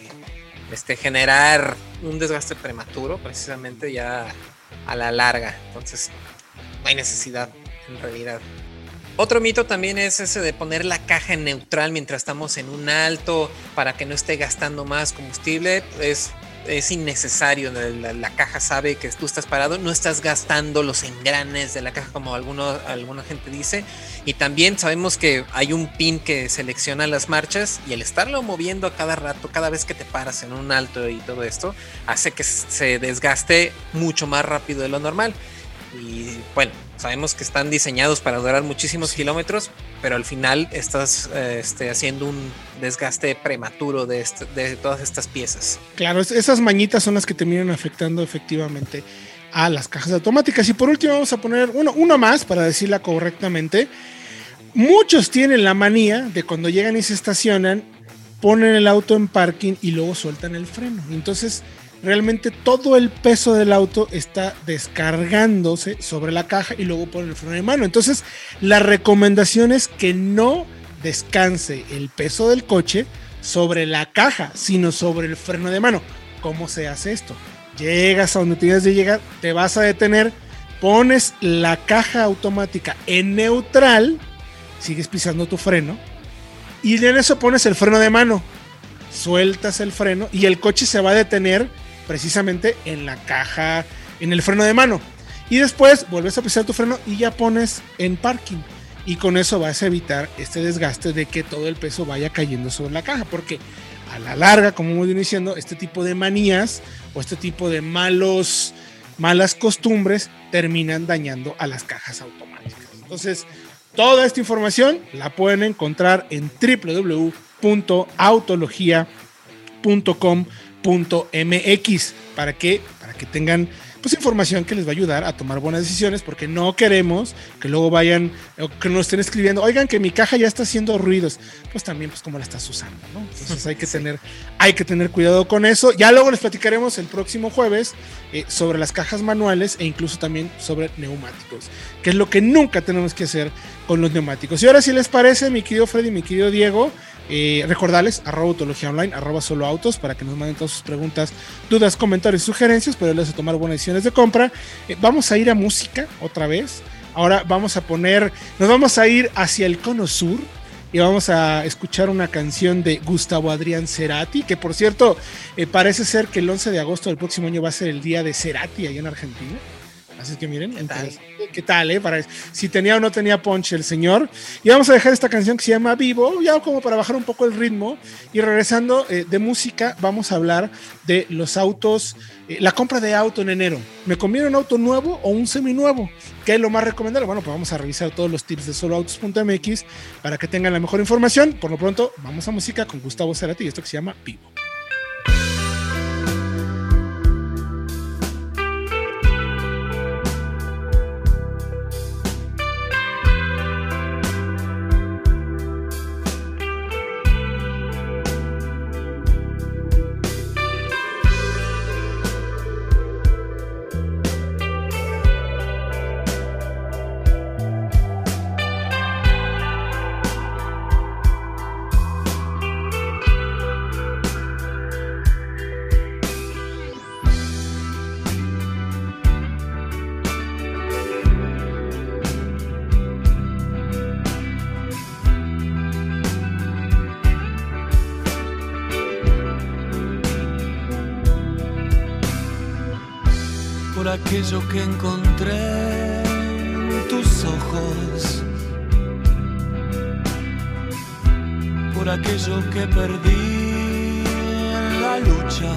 generar un desgaste prematuro, precisamente ya a la larga. Entonces, no hay necesidad en realidad. Otro mito también es ese de poner la caja en neutral mientras estamos en un alto para que no esté gastando más combustible. Es innecesario. La caja sabe que tú estás parado, no estás gastando los engranes de la caja como alguna gente dice. Y también sabemos que hay un pin que selecciona las marchas y el estarlo moviendo a cada rato, cada vez que te paras en un alto y todo esto, hace que se desgaste mucho más rápido de lo normal. Y bueno, sabemos que están diseñados para durar muchísimos kilómetros, pero al final estás haciendo un desgaste prematuro de todas estas piezas. Claro, esas mañitas son las que terminan afectando efectivamente a las cajas automáticas. Y por último vamos a poner uno más para decirla correctamente. Muchos tienen la manía de cuando llegan y se estacionan, ponen el auto en parking y luego sueltan el freno. Entonces realmente todo el peso del auto está descargándose sobre la caja y luego ponen el freno de mano. Entonces la recomendación es que no descanse el peso del coche sobre la caja, sino sobre el freno de mano. ¿Cómo se hace esto? Llegas a donde tienes de llegar, te vas a detener, pones la caja automática en neutral, sigues pisando tu freno y en eso pones el freno de mano, sueltas el freno y el coche se va a detener precisamente en la caja, en el freno de mano, y después vuelves a pisar tu freno y ya pones en parking, y con eso vas a evitar este desgaste de que todo el peso vaya cayendo sobre la caja, porque a la larga, como hemos ido diciendo, este tipo de manías o este tipo de malas costumbres terminan dañando a las cajas automáticas. Entonces toda esta información la pueden encontrar en www.autologia.com.mx para que tengan pues información que les va a ayudar a tomar buenas decisiones, porque no queremos que luego vayan o que nos estén escribiendo, oigan, que mi caja ya está haciendo ruidos. Pues también, pues cómo la estás usando, ¿no? Entonces hay que tener cuidado con eso. Ya luego les platicaremos el próximo jueves sobre las cajas manuales e incluso también sobre neumáticos, que es lo que nunca tenemos que hacer con los neumáticos. Y ahora, si les parece, mi querido Freddy, mi querido Diego, recordarles @autologiaonline, @soloautos, para que nos manden todas sus preguntas, dudas, comentarios, sugerencias, para ayudarles a tomar buenas decisiones de compra. Vamos a ir a música otra vez. Ahora nos vamos a ir hacia el cono sur y vamos a escuchar una canción de Gustavo Adrián Cerati, que por cierto parece ser que el 11 de agosto del próximo año va a ser el día de Cerati allá en Argentina. Así que miren, ¿qué tal? Para si tenía o no tenía punch el señor. Y vamos a dejar esta canción que se llama Vivo, ya como para bajar un poco el ritmo. Y regresando de música, vamos a hablar de los autos, la compra de auto en enero. ¿Me conviene un auto nuevo o un seminuevo? ¿Qué es lo más recomendable? Bueno, pues vamos a revisar todos los tips de soloautos.mx para que tengan la mejor información. Por lo pronto, vamos a música con Gustavo Cerati y esto que se llama Vivo. Aquello que encontré en tus ojos, por aquello que perdí en la lucha.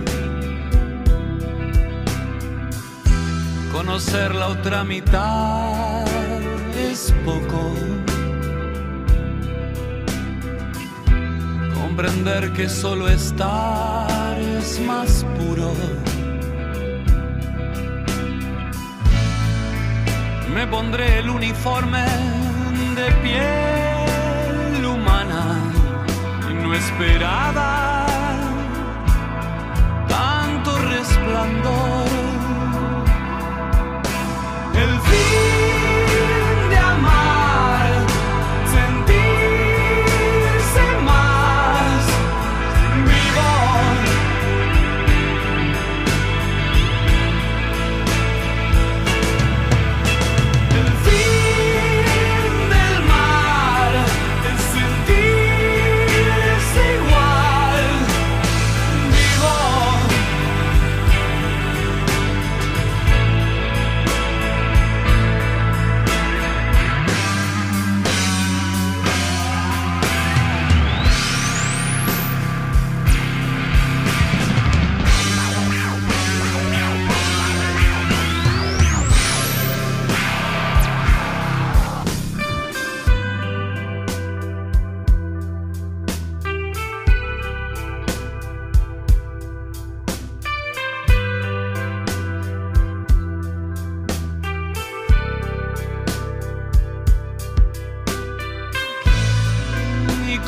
Conocer la otra mitad es poco. Comprender que solo estar es más puro. Me pondré el uniforme de piel humana y no esperaba tanto resplandor.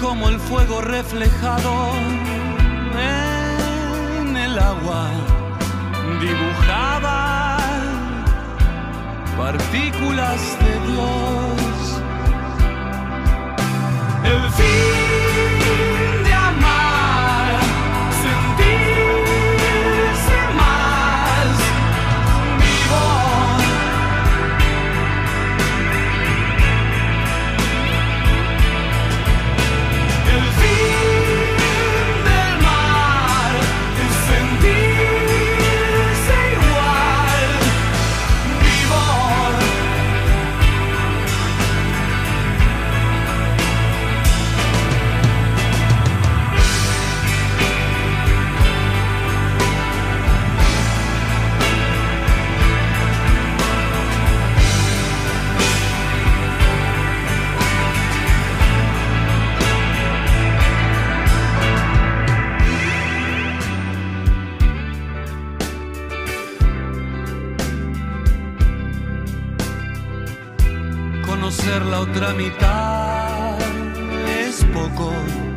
como el fuego reflejado en el agua, dibujaba partículas de Dios. El fin de amar, sentirse más vivo. El fin del mar es sentirse igual vivo. Conocer la otra mitad es poco.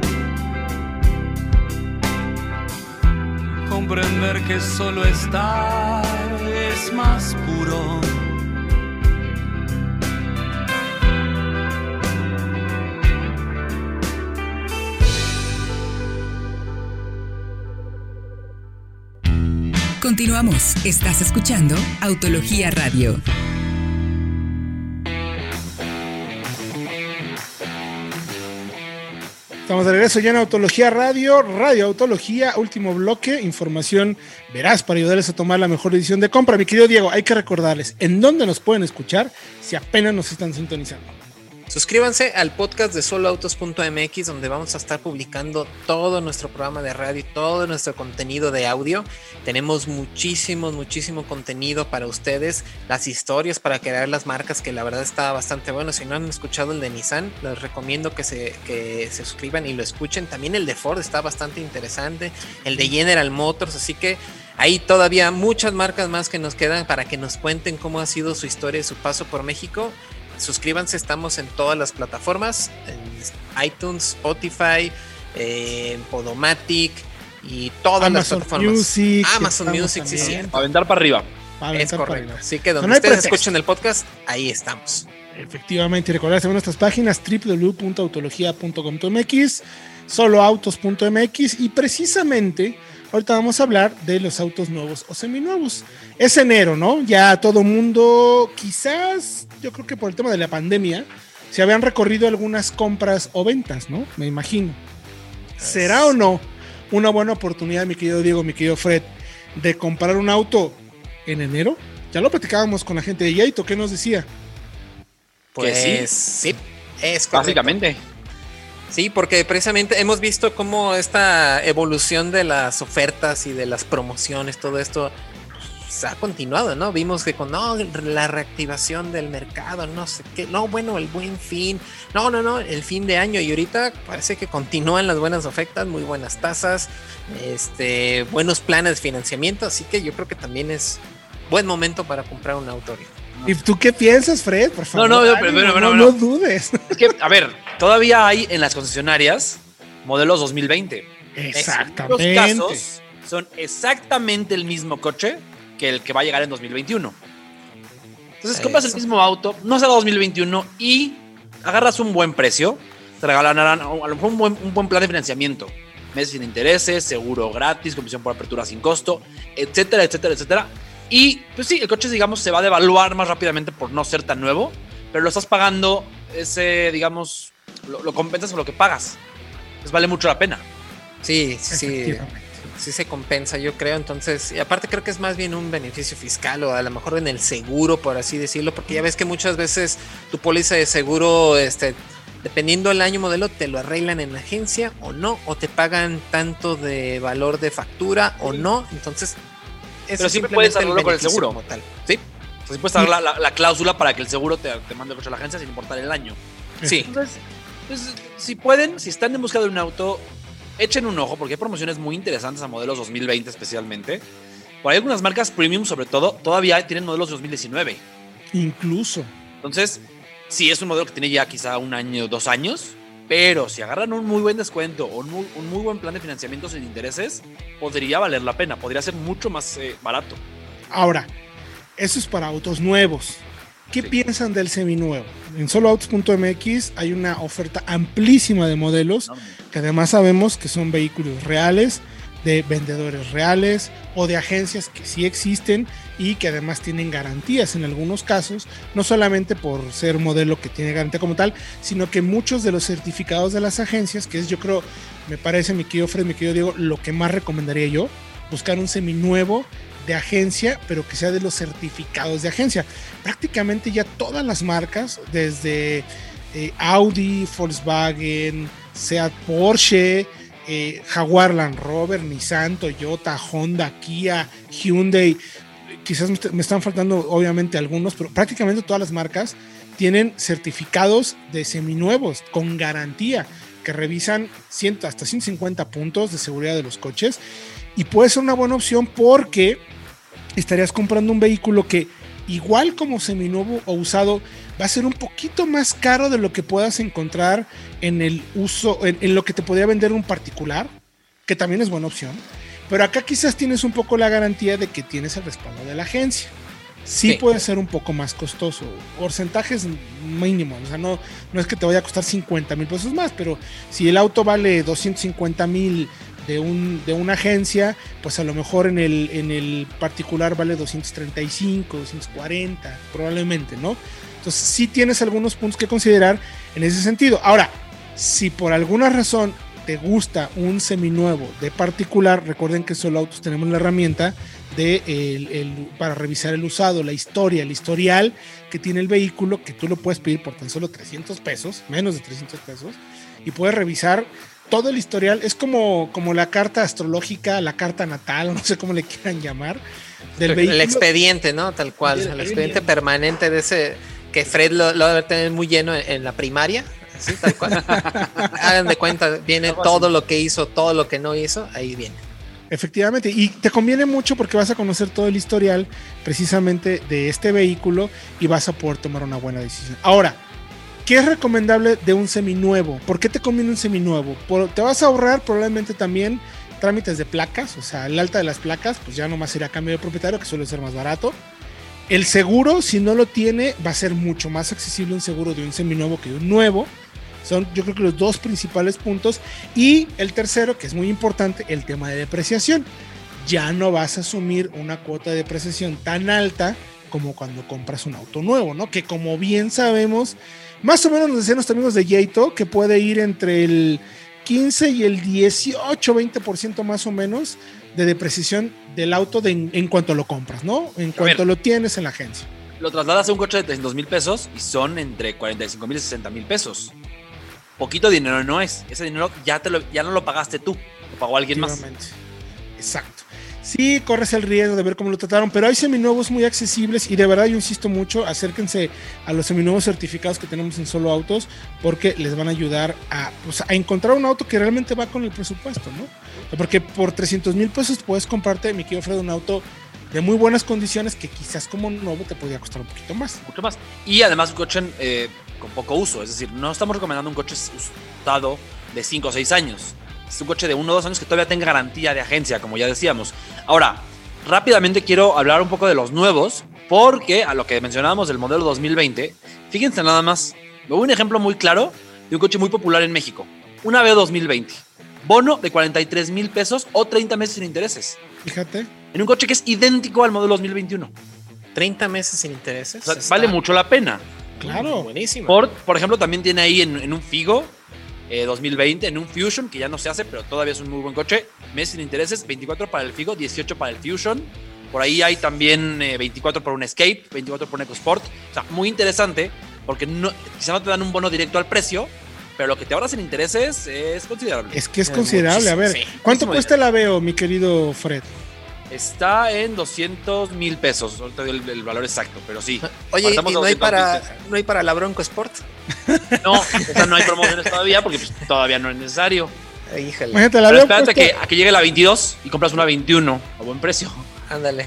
Comprender que solo estar es más puro. Continuamos. Estás escuchando Autología Radio. Estamos de regreso ya en Autología Radio, Radio Autología, último bloque, información veraz para ayudarles a tomar la mejor decisión de compra. Mi querido Diego, hay que recordarles en dónde nos pueden escuchar si apenas nos están sintonizando. Suscríbanse al podcast de soloautos.mx, donde vamos a estar publicando todo nuestro programa de radio y todo nuestro contenido de audio. Tenemos muchísimo contenido para ustedes, las historias para crear las marcas, que la verdad está bastante bueno. Si no han escuchado el de Nissan, les recomiendo que se suscriban y lo escuchen. También el de Ford está bastante interesante, el de General Motors, así que hay todavía muchas marcas más que nos quedan para que nos cuenten cómo ha sido su historia y su paso por México. Suscríbanse, estamos en todas las plataformas, en iTunes, Spotify, Podomatic y todas Amazon las plataformas. Music, Amazon Music, sí, sí. A aventar para arriba. Es correcto. Así que No donde hay ustedes pretexto. escuchen el podcast, ahí estamos. Efectivamente, y recordar según nuestras páginas www.autologia.com.mx, soloautos.mx, y precisamente ahorita vamos a hablar de los autos nuevos o seminuevos. Es enero, ¿no? Ya todo mundo, quizás, yo creo que por el tema de la pandemia, se habían recorrido algunas compras o ventas, ¿no? Me imagino. ¿Será o no una buena oportunidad, mi querido Diego, mi querido Fred, de comprar un auto en enero? Ya lo platicábamos con la gente de Yaito, ¿qué nos decía? Pues sí, es correcto. Básicamente. Sí, porque precisamente hemos visto cómo esta evolución de las ofertas y de las promociones, todo esto pues, ha continuado, ¿no? Vimos que con la reactivación del mercado, no sé qué, no, bueno, el buen fin, no, el fin de año, y ahorita parece que continúan las buenas ofertas, muy buenas tasas, buenos planes de financiamiento, así que yo creo que también es buen momento para comprar un auto. ¿Y tú qué piensas, Fred? Por favor, No, no dudes. Es que, a ver, todavía hay en las concesionarias modelos 2020. Exactamente. En los casos son exactamente el mismo coche que el que va a llegar en 2021. Entonces compras el mismo auto, no será 2021 y agarras un buen precio, te regalarán a lo mejor un buen plan de financiamiento. Meses sin intereses, seguro gratis, comisión por apertura sin costo, etcétera, etcétera, etcétera. Y pues sí, el coche, digamos, se va a devaluar más rápidamente por no ser tan nuevo, pero lo estás pagando, digamos, lo compensas con lo que pagas. Pues vale mucho la pena. Sí, sí se compensa, yo creo. Entonces, y aparte creo que es más bien un beneficio fiscal, o a lo mejor en el seguro, por así decirlo, porque ya ves que muchas veces tu póliza de seguro, dependiendo del año modelo, te lo arreglan en la agencia o no, o te pagan tanto de valor de factura o no. Entonces, pero sí puedes arreglarlo con el seguro. Como tal. Sí. O sea, sí puedes arreglar la cláusula para que el seguro te mande el coche a la agencia sin importar el año. Sí. Entonces, si pueden, si están en busca de un auto, echen un ojo porque hay promociones muy interesantes a modelos 2020 especialmente. Por ahí algunas marcas premium, sobre todo, todavía tienen modelos de 2019. Incluso. Entonces, si es un modelo que tiene ya quizá un año, 2 años, Pero si agarran un muy buen descuento o un muy buen plan de financiamiento sin intereses, podría valer la pena, podría ser mucho más barato. Ahora, eso es para autos nuevos. ¿Qué Sí. piensan del seminuevo? En soloautos.mx hay una oferta amplísima de modelos que además sabemos que son vehículos reales, de vendedores reales o de agencias que sí existen y que además tienen garantías en algunos casos, no solamente por ser modelo que tiene garantía como tal, sino que muchos de los certificados de las agencias, que es, yo creo, me parece, mi querido Fred, mi querido Diego, lo que más recomendaría yo, buscar un seminuevo de agencia, pero que sea de los certificados de agencia. Prácticamente ya todas las marcas, desde Audi, Volkswagen, Seat, Porsche, Jaguar, Land Rover, Nissan, Toyota, Honda, Kia, Hyundai, quizás me están faltando obviamente algunos, pero prácticamente todas las marcas tienen certificados de seminuevos con garantía que revisan hasta 150 puntos de seguridad de los coches, y puede ser una buena opción porque estarías comprando un vehículo que, igual como seminuevo o usado, va a ser un poquito más caro de lo que puedas encontrar en el uso, en lo que te podría vender un particular, que también es buena opción. Pero acá quizás tienes un poco la garantía de que tienes el respaldo de la agencia. Sí puede ser un poco más costoso, porcentajes mínimos, o sea, no es que te vaya a costar 50 mil pesos más, pero si el auto vale 250 mil de una agencia, pues a lo mejor en el particular vale 235, 240, probablemente, ¿no? Entonces sí tienes algunos puntos que considerar en ese sentido. Ahora, si por alguna razón te gusta un seminuevo de particular, recuerden que en Solo Autos tenemos la herramienta para revisar el usado, la historia, el historial que tiene el vehículo, que tú lo puedes pedir por tan solo 300 pesos, menos de 300 pesos, y puedes revisar todo el historial. Es como la carta astrológica, la carta natal, no sé cómo le quieran llamar, del vehículo. El expediente, ¿no? Tal cual, el expediente permanente de ese, que Fred lo debe tener muy lleno en la primaria, así, tal cual. Hagan de cuenta, viene todo lo que hizo, todo lo que no hizo, ahí viene. Efectivamente, y te conviene mucho porque vas a conocer todo el historial precisamente de este vehículo y vas a poder tomar una buena decisión. Ahora, ¿qué es recomendable de un seminuevo? ¿Por qué te conviene un seminuevo? Te vas a ahorrar probablemente también trámites de placas, o sea, el alta de las placas, pues ya nomás irá a cambio de propietario, que suele ser más barato. El seguro, si no lo tiene, va a ser mucho más accesible un seguro de un seminuevo que de un nuevo. Son, yo creo que los dos principales puntos. Y el tercero, que es muy importante, el tema de depreciación. Ya no vas a asumir una cuota de depreciación tan alta como cuando compras un auto nuevo, ¿no? Que como bien sabemos, más o menos nos decían nuestros amigos de Yato, que puede ir entre el 15 y el 18, 20% más o menos de depreciación del auto en cuanto lo compras, ¿no? En cuanto lo tienes en la agencia. Lo trasladas a un coche de 300 mil pesos y son entre 45 mil y 60 mil pesos. Poquito dinero no es. Ese dinero ya no lo pagaste tú, lo pagó alguien más. Exacto. Sí, corres el riesgo de ver cómo lo trataron, pero hay seminuevos muy accesibles y de verdad yo insisto mucho, acérquense a los seminuevos certificados que tenemos en Solo Autos porque les van a ayudar a encontrar un auto que realmente va con el presupuesto, ¿no? Porque por 300 mil pesos puedes comprarte, mi querido Fred, un auto de muy buenas condiciones que quizás como nuevo te podría costar un poquito más. Mucho más. Y además un coche con poco uso, es decir, no estamos recomendando un coche usado de 5 o 6 años. Es un coche de 1 o 2 años que todavía tenga garantía de agencia, como ya decíamos. Ahora, rápidamente quiero hablar un poco de los nuevos, porque a lo que mencionábamos del modelo 2020, fíjense nada más, me voy un ejemplo muy claro de un coche muy popular en México, una Aveo 2020, bono de 43 mil pesos o 30 meses sin intereses. Fíjate. En un coche que es idéntico al modelo 2021. 30 meses sin intereses. O sea, vale mucho la pena. Claro. Buenísimo. Por ejemplo, también tiene ahí en un Figo 2020, en un Fusion, que ya no se hace, pero todavía es un muy buen coche. Meses sin intereses, 24 para el Figo, 18 para el Fusion. Por ahí hay también 24 por un Escape, 24 por un EcoSport. O sea, muy interesante, porque quizá no te dan un bono directo al precio, pero lo que te ahorras en intereses es considerable. Es que es considerable. A ver, sí. ¿cuánto cuesta la Aveo, mi querido Fred? Está en 200 mil pesos. Ahorita el valor exacto, pero sí. Oye, ¿y no hay para la Bronco Sport? No, esa no hay promociones todavía porque pues, todavía no es necesario. Híjole. Imagínate, la Pero Aveo espérate a que llegue la 22 y compras una 21 a buen precio. Ándale.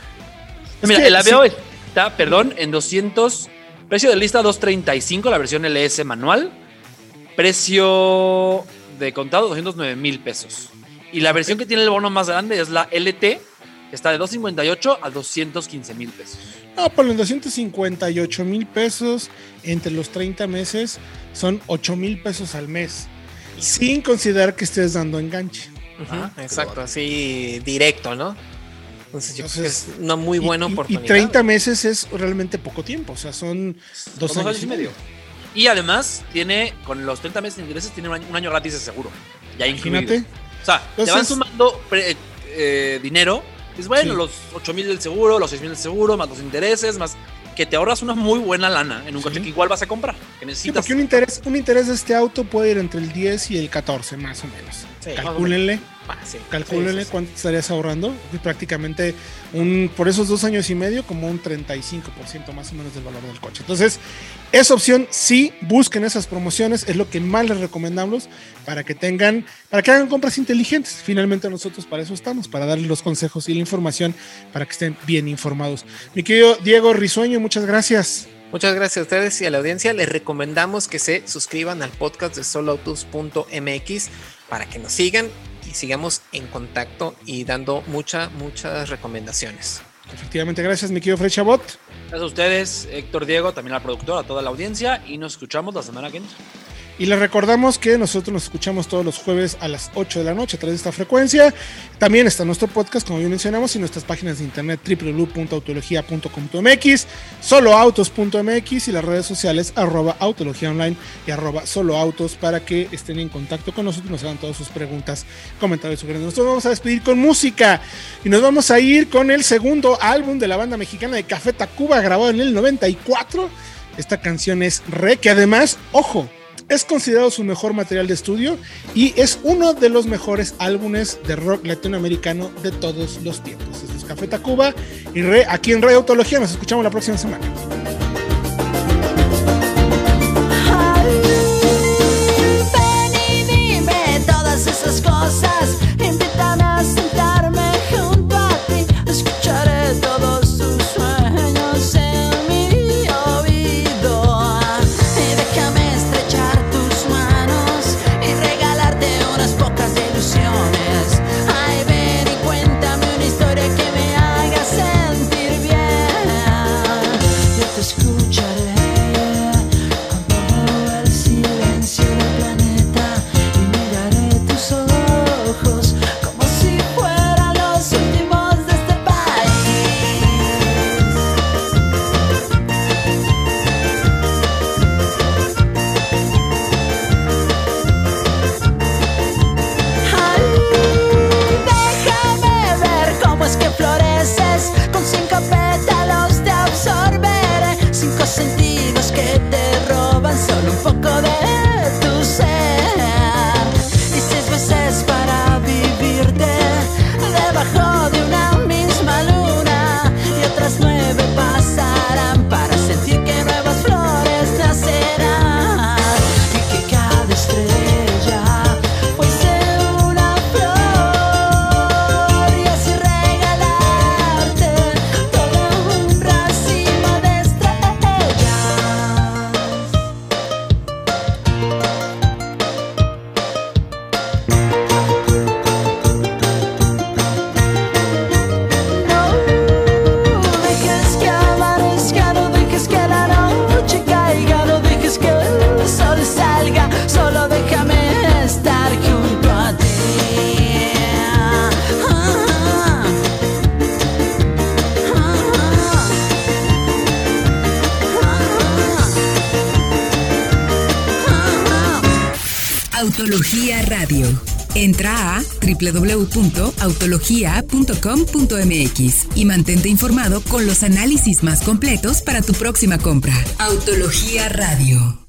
Mira, que el Aveo está, en 200, precio de lista 235, la versión LS manual. Precio de contado, 209,000 pesos. Y la versión que tiene el bono más grande es la LT, que está de 258 a 215,000 pesos. No, por los 258,000 pesos entre los 30 meses son 8,000 pesos al mes. Sin considerar que estés dando enganche. Exacto, así directo, ¿no? Entonces yo creo que es una muy buena oportunidad. Y 30 meses es realmente poco tiempo, o sea, son 2 años y medio. Y además tiene, con los 30 meses de intereses, tiene un año gratis de seguro. Ya incluido. Imagínate. O sea, te van sumando dinero. Dices, bueno, los 8,000 del seguro, los 6,000 del seguro, más los intereses, más que te ahorras una muy buena lana en un coche que igual vas a comprar. Que necesitas. Sí, porque un interés de este auto puede ir entre el 10 y el 14, más o menos. Sí, calcúlenle. Calcúlenle cuánto estarías ahorrando. Pues prácticamente por esos 2 años y medio, como un 35% más o menos del valor del coche. Entonces, esa opción, sí, busquen esas promociones, es lo que más les recomendamos para que hagan compras inteligentes. Finalmente nosotros para eso estamos, para darles los consejos y la información para que estén bien informados. Mi querido Diego Risueño, muchas gracias. Muchas gracias a ustedes y a la audiencia. Les recomendamos que se suscriban al podcast de soloautos.mx para que nos sigan y sigamos en contacto y dando muchas recomendaciones. Efectivamente, gracias, mi querido Fred Chabot. Gracias a ustedes, Héctor, Diego, también al productor, a toda la audiencia, y nos escuchamos la semana que entra. Y les recordamos que nosotros nos escuchamos todos los jueves a las 8 de la noche a través de esta frecuencia. También está nuestro podcast, como bien mencionamos, y nuestras páginas de internet www.autologia.com.mx, soloautos.mx y las redes sociales @autologiaonline y @soloautos para que estén en contacto con nosotros y nos hagan todas sus preguntas, comentarios, sugerencias. Nosotros vamos a despedir con música y nos vamos a ir con el segundo álbum de la banda mexicana de Café Tacuba, grabado en el 94. Esta canción es que además, ojo, es considerado su mejor material de estudio y es uno de los mejores álbumes de rock latinoamericano de todos los tiempos. Esto es Café Tacuba y aquí en Radio Autología. Nos escuchamos la próxima semana. Ven y dime todas esas cosas, invítame a sentarme junto a ti, escucharé todos tus sueños en mi oído y déjame estrechar tus manos y regalarte unas pocas ilusiones. Ay, ven y cuéntame una historia que me haga sentir bien. Yo te escucharé con todo el silencio del planeta y miraré tus ojos como si fueran los últimos de este país. Ay, déjame ver cómo es que floreces, con 5 pétalos te absorberé, 5 sentidos que te roban solo un poco de tu ser, y 6 veces para vivirte debajo de una misma luna, y otras 9 pasarán para sentir que nuevas flores nacerán, y que cada estrella fuese una flor, y así regalarte todo un racimo de estrellas. No dejes que amanezca, no dejes que la noche caiga, no dejes que el sol salga, solo déjame estar junto a ti. Autología Radio. Entra a www.autologia.com.mx y mantente informado con los análisis más completos para tu próxima compra. Autología Radio.